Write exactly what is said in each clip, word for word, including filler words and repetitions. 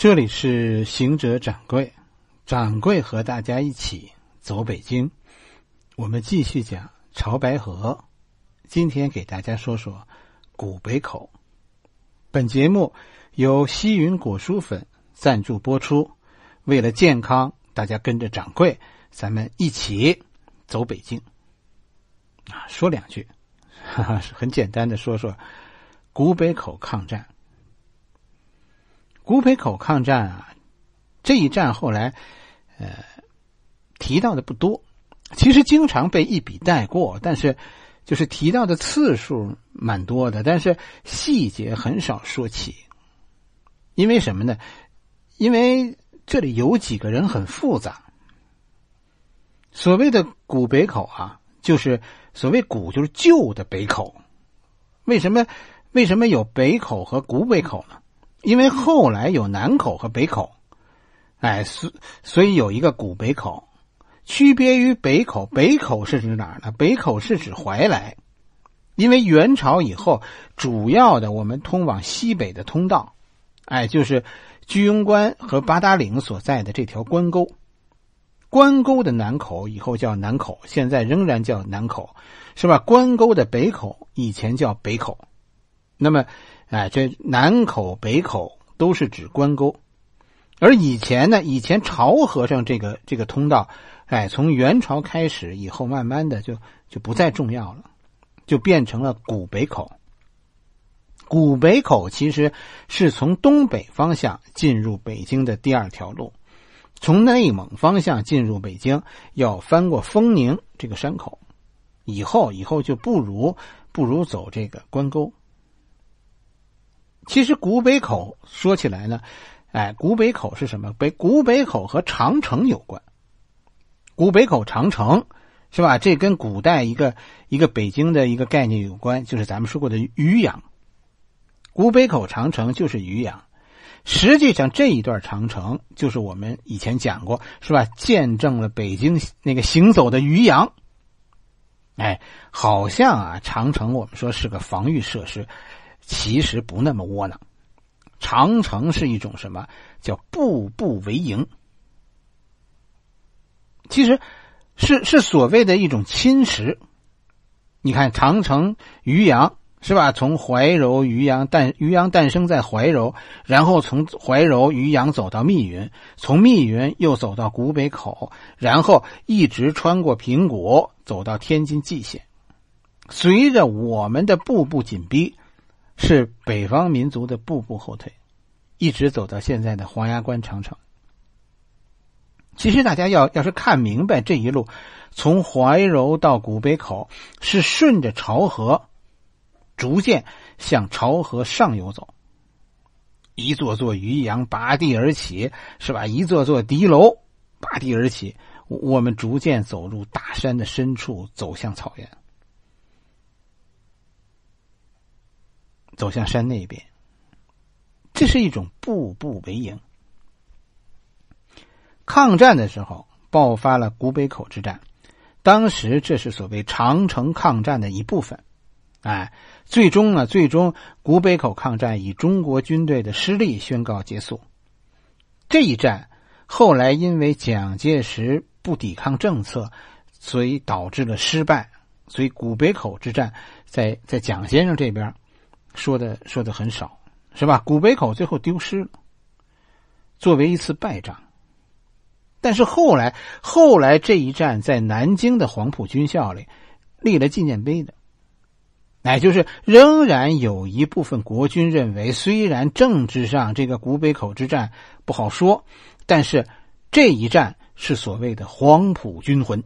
这里是行者掌柜，掌柜和大家一起走北京。我们继续讲潮白河，今天给大家说说古北口。本节目由西云果蔬粉赞助播出，为了健康，大家跟着掌柜，咱们一起走北京。啊，说两句，哈哈，很简单的说说古北口抗战。古北口抗战啊，这一战后来呃提到的不多，其实经常被一笔带过，但是就是提到的次数蛮多的，但是细节很少说起。因为什么呢？因为这里有几个人很复杂。所谓的古北口啊，就是所谓古就是旧的北口。为什么为什么有北口和古北口呢？因为后来有南口和北口，哎，所所以有一个古北口，区别于北口。北口是指哪儿呢？北口是指怀来，因为元朝以后，主要的我们通往西北的通道，哎，就是居庸关和八达岭所在的这条关沟。关沟的南口以后叫南口，现在仍然叫南口，是吧？关沟的北口以前叫北口。那么哎，这南口北口都是指关沟。而以前呢，以前潮和尚这个这个通道，哎，从元朝开始以后，慢慢的就就不再重要了，就变成了古北口。古北口其实是从东北方向进入北京的第二条路，从内蒙方向进入北京要翻过丰宁这个山口，以后以后就不如不如走这个关沟。其实古北口说起来呢，哎，古北口是什么？北古北口和长城有关。古北口长城是吧？这跟古代一个一个北京的一个概念有关，就是咱们说过的渔阳。古北口长城就是渔阳。实际上这一段长城就是我们以前讲过，是吧？见证了北京那个行走的渔阳。哎，好像啊，长城我们说是个防御设施，其实不那么窝囊。长城是一种什么？叫步步为营。其实是是所谓的一种侵蚀。你看长城渔阳是吧？从怀柔渔阳诞渔阳诞生在怀柔，然后从怀柔渔阳走到密云，从密云又走到古北口，然后一直穿过平谷走到天津蓟县。随着我们的步步紧逼，是北方民族的步步后退，一直走到现在的黄崖关长城。其实大家要要是看明白这一路，从怀柔到古北口是顺着潮河逐渐向潮河上游走，一座座渔阳拔地而起，是吧？一座座敌楼拔地而起，我们逐渐走入大山的深处，走向草原，走向山那边。这是一种步步为营。抗战的时候爆发了古北口之战，当时这是所谓长城抗战的一部分。哎，最终呢，最终古北口抗战以中国军队的失利宣告结束。这一战后来因为蒋介石不抵抗政策，所以导致了失败。所以古北口之战在在蒋先生这边说的说的很少，是吧？古北口最后丢失了，作为一次败仗。但是后来后来这一战在南京的黄埔军校里立了纪念碑的。哎，就是仍然有一部分国军认为，虽然政治上这个古北口之战不好说，但是这一战是所谓的黄埔军魂。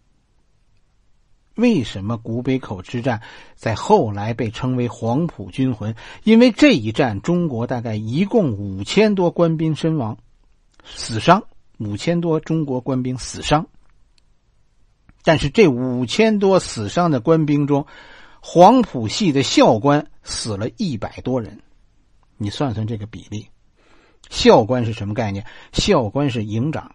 为什么古北口之战在后来被称为黄埔军魂？因为这一战中国大概一共五千多官兵身亡死伤，五千多中国官兵死伤。但是这五千多死伤的官兵中，黄埔系的校官死了一百多人。你算算这个比例。校官是什么概念？校官是营长。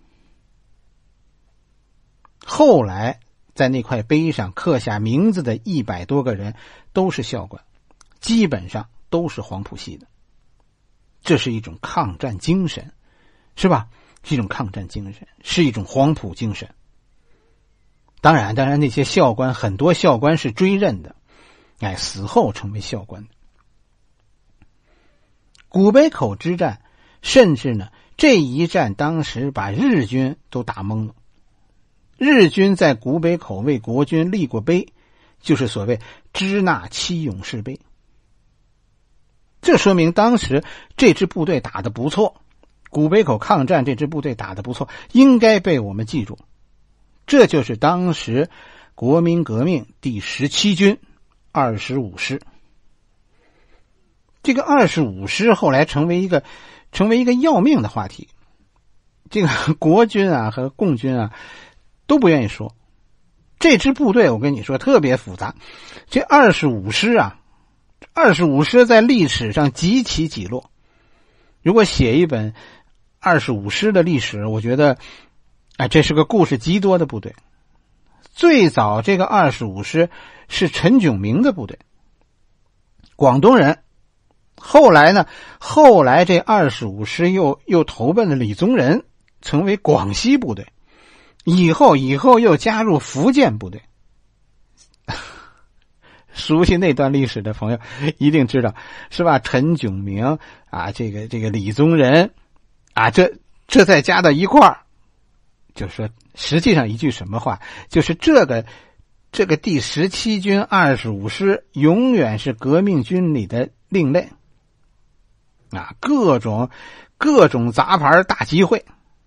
后来在那块碑上刻下名字的一百多个人都是校官，基本上都是黄埔系的。 这是一种抗战精神，是吧？是一种抗战精神，是一种黄埔精神。当然，当然那些校官，很多校官是追认的，哎，死后成为校官的。古北口之战，甚至呢，这一战当时把日军都打懵了。日军在古北口为国军立过碑，就是所谓支那七勇士碑。这说明当时这支部队打得不错，古北口抗战这支部队打得不错，应该被我们记住。这就是当时国民革命第十七军二十五师。这个二十五师后来成为一个成为一个要命的话题。这个国军啊和共军啊都不愿意说。这支部队我跟你说特别复杂。这二十五师啊，二十五师在历史上几起几落。如果写一本二十五师的历史，我觉得哎，这是个故事极多的部队。最早这个二十五师是陈炯明的部队，广东人。后来呢，后来这二十五师又又投奔了李宗仁，成为广西部队。以后以后又加入福建部队。熟悉那段历史的朋友一定知道，是吧？陈炯明啊，这个这个李宗仁啊，这这再加到一块儿，就是说实际上一句什么话，就是这个这个第十七军二十五师永远是革命军里的另类啊，各种各种杂牌大集会。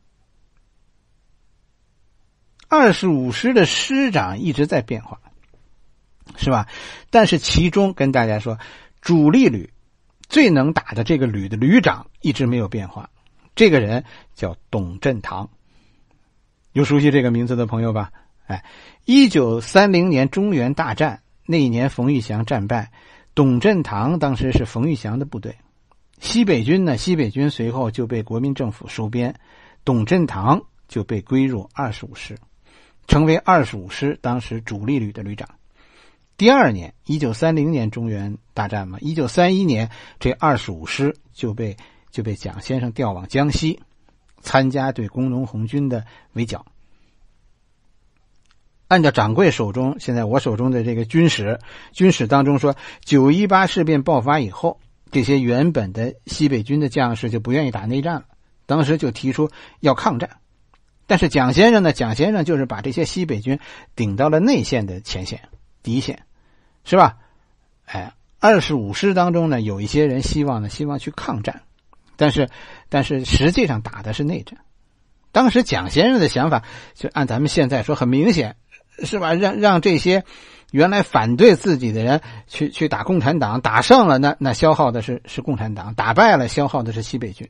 二十五师的师长一直在变化，是吧？但是其中跟大家说，主力旅最能打的这个旅的旅长一直没有变化，这个人叫董振堂。有熟悉这个名字的朋友吧？哎，一九三零年中原大战那一年，冯玉祥战败，董振堂当时是冯玉祥的部队。西北军呢，西北军随后就被国民政府收编，董振堂就被归入二十五师，成为二十五师当时主力旅的旅长。第二年，一九三零年中原大战嘛，一九三一年这二十五师就被就被蒋先生调往江西，参加对工农红军的围剿。按照掌柜手中，现在我手中的这个军史，军史当中说，九一八事变爆发以后，这些原本的西北军的将士就不愿意打内战了，当时就提出要抗战。但是蒋先生呢，蒋先生就是把这些西北军顶到了内线的前线，第一线，是吧？哎，二十五师当中呢，有一些人希望呢，希望去抗战，但是但是实际上打的是内战。当时蒋先生的想法，就按咱们现在说，很明显，是吧？让让这些原来反对自己的人去去打共产党，打胜了，那那消耗的是是共产党，打败了消耗的是西北军。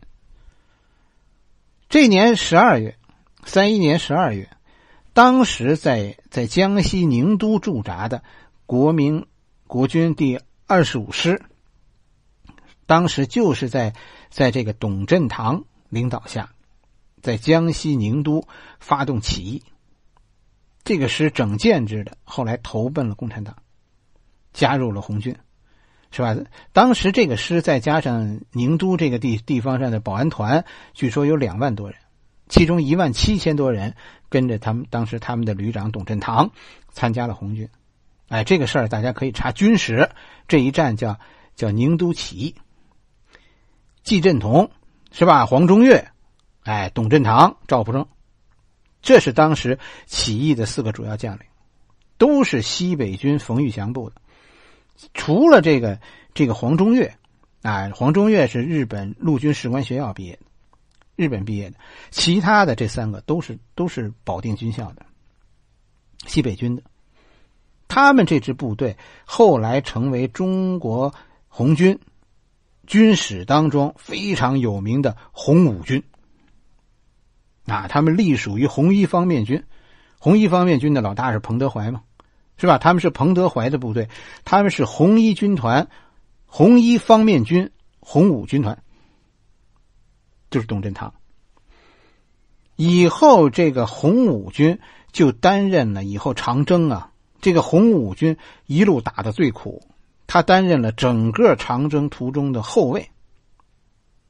这年十二月。三一年十二月，当时在在江西宁都驻扎的国民国军第二十五师，当时就是在在这个董振堂领导下，在江西宁都发动起义。这个师整建制的，后来投奔了共产党，加入了红军，是吧？当时这个师再加上宁都这个地地方上的保安团，据说有两万多人。其中一万七千多人跟着他们，当时他们的旅长董振堂参加了红军。哎，这个事儿大家可以查军史，这一战叫叫宁都起义。季振同，是吧？黄中岳，哎，董振堂、赵福生，这是当时起义的四个主要将领，都是西北军冯玉祥部的。除了这个这个黄中岳，啊，黄中岳是日本陆军士官学校毕业的。日本毕业的，其他的这三个都是都是保定军校的，西北军的。他们这支部队后来成为中国红军军史当中非常有名的红五军啊，他们隶属于红一方面军。红一方面军的老大是彭德怀嘛，是吧？他们是彭德怀的部队，他们是红一军团、红一方面军、红五军团。就是董振堂。以后这个红五军就担任了以后长征啊，这个红五军一路打得最苦，他担任了整个长征途中的后卫。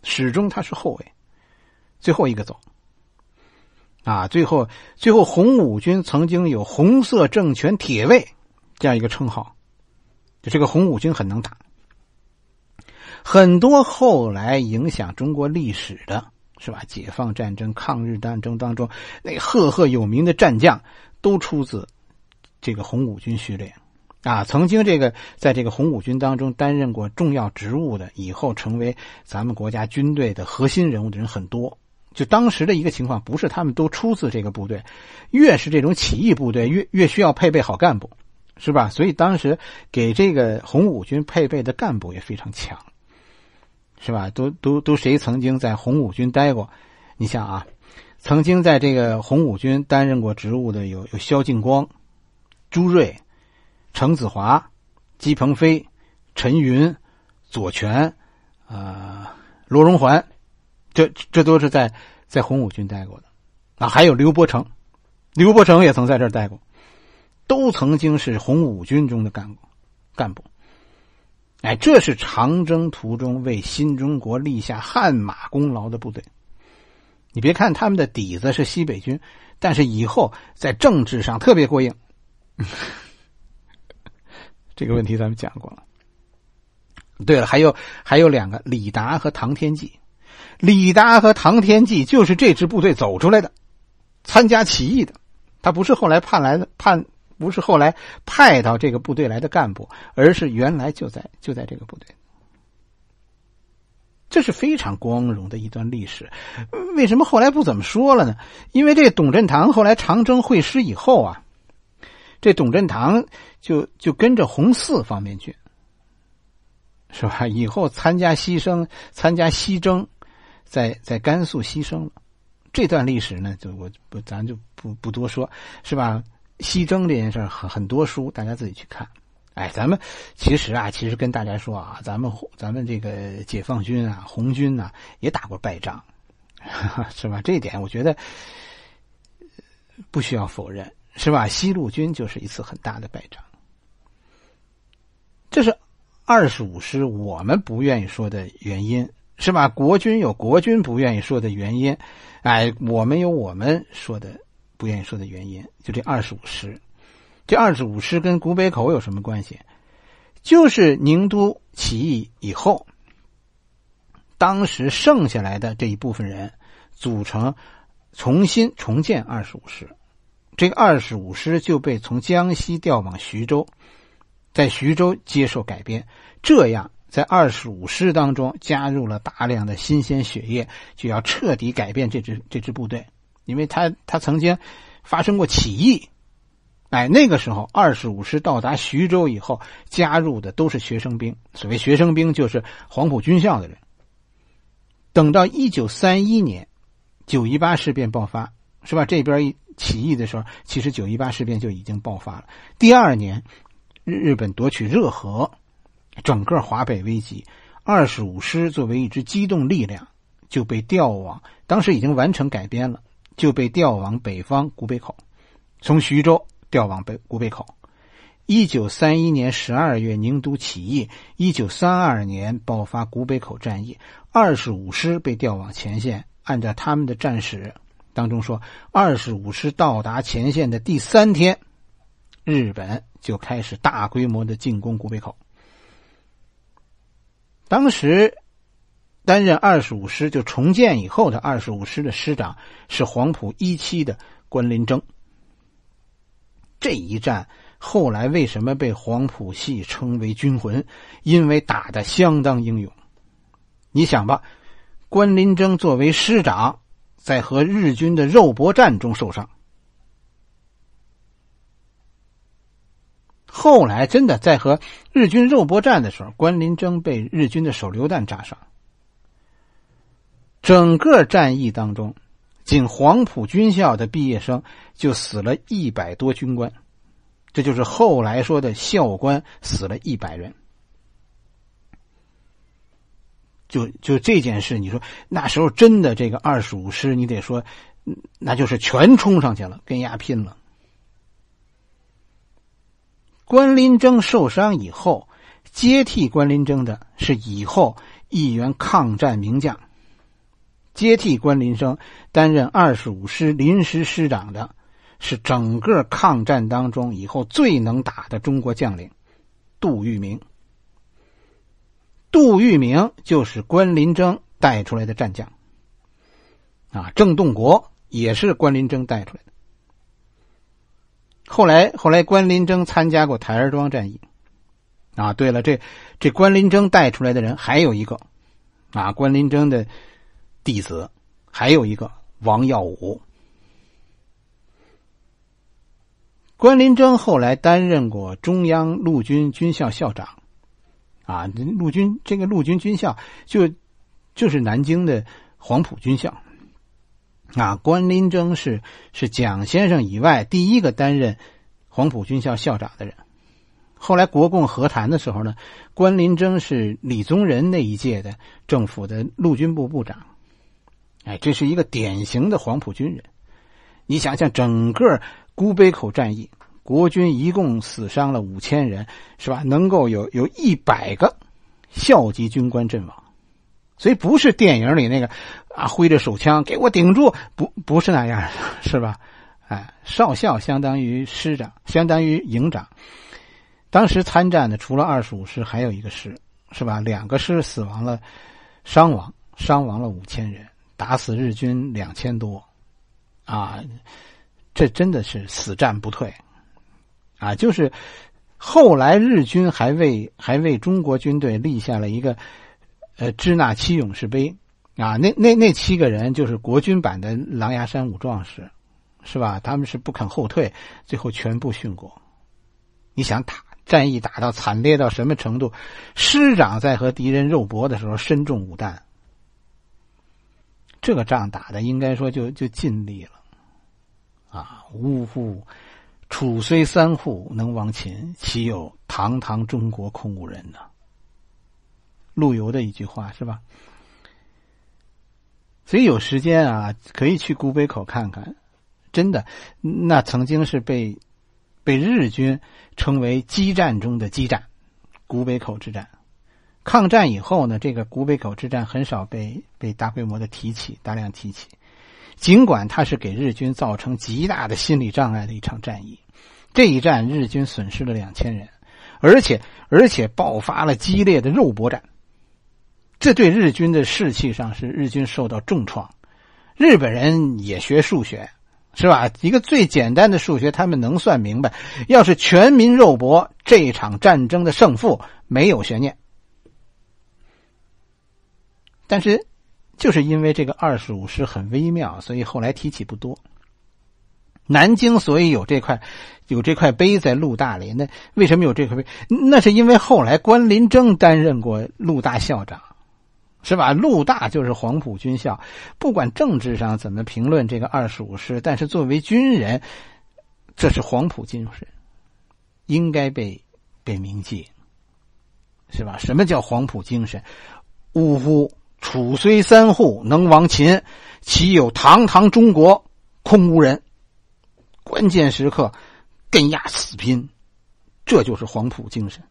始终他是后卫，最后一个走。啊，最后最后红五军曾经有红色政权铁卫这样一个称号，就这个红五军很能打。很多后来影响中国历史的是吧，解放战争、抗日战争当中那赫赫有名的战将都出自这个红五军序列啊。曾经这个在这个红五军当中担任过重要职务的，以后成为咱们国家军队的核心人物的人很多。就当时的一个情况，不是他们都出自这个部队，越是这种起义部队越越需要配备好干部，是吧？所以当时给这个红五军配备的干部也非常强，是吧？都都都谁曾经在红五军待过？你想啊，曾经在这个红五军担任过职务的有有萧劲光、朱瑞、程子华、姬鹏飞、陈云、左权、呃罗荣桓。这这都是在在红五军待过的啊，还有刘伯承，刘伯承也曾在这儿待过，都曾经是红五军中的干部干部。哎，这是长征途中为新中国立下汗马功劳的部队。你别看他们的底子是西北军，但是以后在政治上特别过硬。这个问题咱们讲过了。对了，还有还有两个，李达和唐天际。李达和唐天际就是这支部队走出来的，参加起义的。他不是后来派来的派，不是后来派到这个部队来的干部，而是原来就在就在这个部队。这是非常光荣的一段历史。为什么后来不怎么说了呢？因为这董振堂后来长征会师以后啊，这董振堂就就跟着红四方面军，是吧？以后参加牺牲，参加西征。在在甘肃牺牲了，这段历史呢，就我不咱就不不多说，是吧？西征这件事很很多书，大家自己去看。哎，咱们其实啊，其实跟大家说啊，咱们咱们这个解放军啊，红军啊，也打过败仗，是吧？这一点我觉得不需要否认，是吧？西路军就是一次很大的败仗，这是二十五师我们不愿意说的原因。是吧？国军有国军不愿意说的原因，哎，我们有我们说的不愿意说的原因。就这二十五师，这二十五师跟古北口有什么关系？就是宁都起义以后，当时剩下来的这一部分人组成，重新重建二十五师。这个二十五师就被从江西调往徐州，在徐州接受改编，这样。在二十五师当中加入了大量的新鲜血液，就要彻底改变这支这支部队，因为他他曾经发生过起义。哎，那个时候二十五师到达徐州以后，加入的都是学生兵，所谓学生兵就是黄埔军校的人。等到一九三一年九一八事变爆发，是吧？这边起义的时候，其实九一八事变就已经爆发了。第二年，日本夺取热河。整个华北危急，二十五师作为一支机动力量就被调往，当时已经完成改编了，就被调往北方古北口，从徐州调往北古北口。一九三一年十二月宁都起义，一九三二年爆发古北口战役，二十五师被调往前线。按照他们的战史当中说，二十五师到达前线的第三天，日本就开始大规模的进攻古北口。当时担任二十五师就重建以后的二十五师的师长是黄埔一期的关麟征。这一战后来为什么被黄埔系称为军魂？因为打得相当英勇。你想吧，关麟征作为师长，在和日军的肉搏战中受伤，后来真的在和日军肉搏战的时候，关麟征被日军的手榴弹炸伤。整个战役当中，仅黄埔军校的毕业生就死了一百多军官，这就是后来说的校官死了一百人。就就这件事，你说那时候真的这个二十五师，你得说那就是全冲上去了，跟丫拼了。关麟征受伤以后，接替关麟征的是以后一员抗战名将接替关林升担任二十五师临时师长的是整个抗战当中以后最能打的中国将领杜聿明。杜聿明就是关林征带出来的战将啊，郑洞国也是关林征带出来的。后来后来关林征参加过台儿庄战役啊，对了，这这关林征带出来的人还有一个啊，关林征的弟子还有一个王耀武。关林征后来担任过中央陆军军校校长啊，陆军这个陆军军校就就是南京的黄埔军校啊。关林征是是蒋先生以外第一个担任黄埔军校校长的人。后来国共和谈的时候呢，关林征是李宗仁那一届的政府的陆军部部长。哎，这是一个典型的黄埔军人。你想想整个古北口战役，国军一共死伤了五千人，是吧？能够有有一百个校级军官阵亡，所以不是电影里那个啊挥着手枪给我顶住，不不是那样的，是吧？哎，少校相当于师长，相当于营长。当时参战的除了二十五师，还有一个师，是吧？两个师死亡了，伤亡伤亡了五千人，打死日军两千多，啊，这真的是死战不退。啊，就是后来日军还为还为中国军队立下了一个呃支那七勇士碑啊，那那那七个人就是国军版的狼牙山五壮士，是吧？他们是不肯后退，最后全部殉国。你想打战役打到惨烈到什么程度？师长在和敌人肉搏的时候身中五弹，这个仗打的应该说就就尽力了啊！呜呼！楚虽三户能亡秦，岂有堂堂中国空无人呢？陆游的一句话是吧？所以有时间啊，可以去古北口看看，真的，那曾经是被被日军称为激战中的激战，古北口之战。抗战以后呢，这个古北口之战很少被被大规模的提起，大量提起。尽管它是给日军造成极大的心理障碍的一场战役，这一战日军损失了两千人，而且而且爆发了激烈的肉搏战，这对日军的士气上是日军受到重创。日本人也学数学，是吧？一个最简单的数学他们能算明白，要是全民肉搏，这一场战争的胜负没有悬念。但是就是因为这个二十五师很微妙，所以后来提起不多。南京所以有这块有这块碑在陆大里，那为什么有这块碑？那是因为后来关林征担任过陆大校长，是吧？陆大就是黄埔军校，不管政治上怎么评论这个二十五师，但是作为军人，这是黄埔精神，应该被被铭记，是吧？什么叫黄埔精神？呜呼！楚虽三户能亡秦，岂有堂堂中国空无人？关键时刻更压死拼，这就是黄埔精神。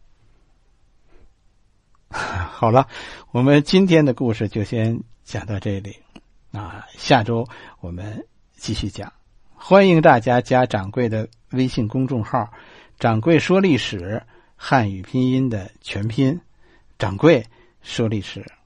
好了，我们今天的故事就先讲到这里啊，下周我们继续讲。欢迎大家加掌柜的微信公众号掌柜说历史，汉语拼音的全拼，掌柜说历史。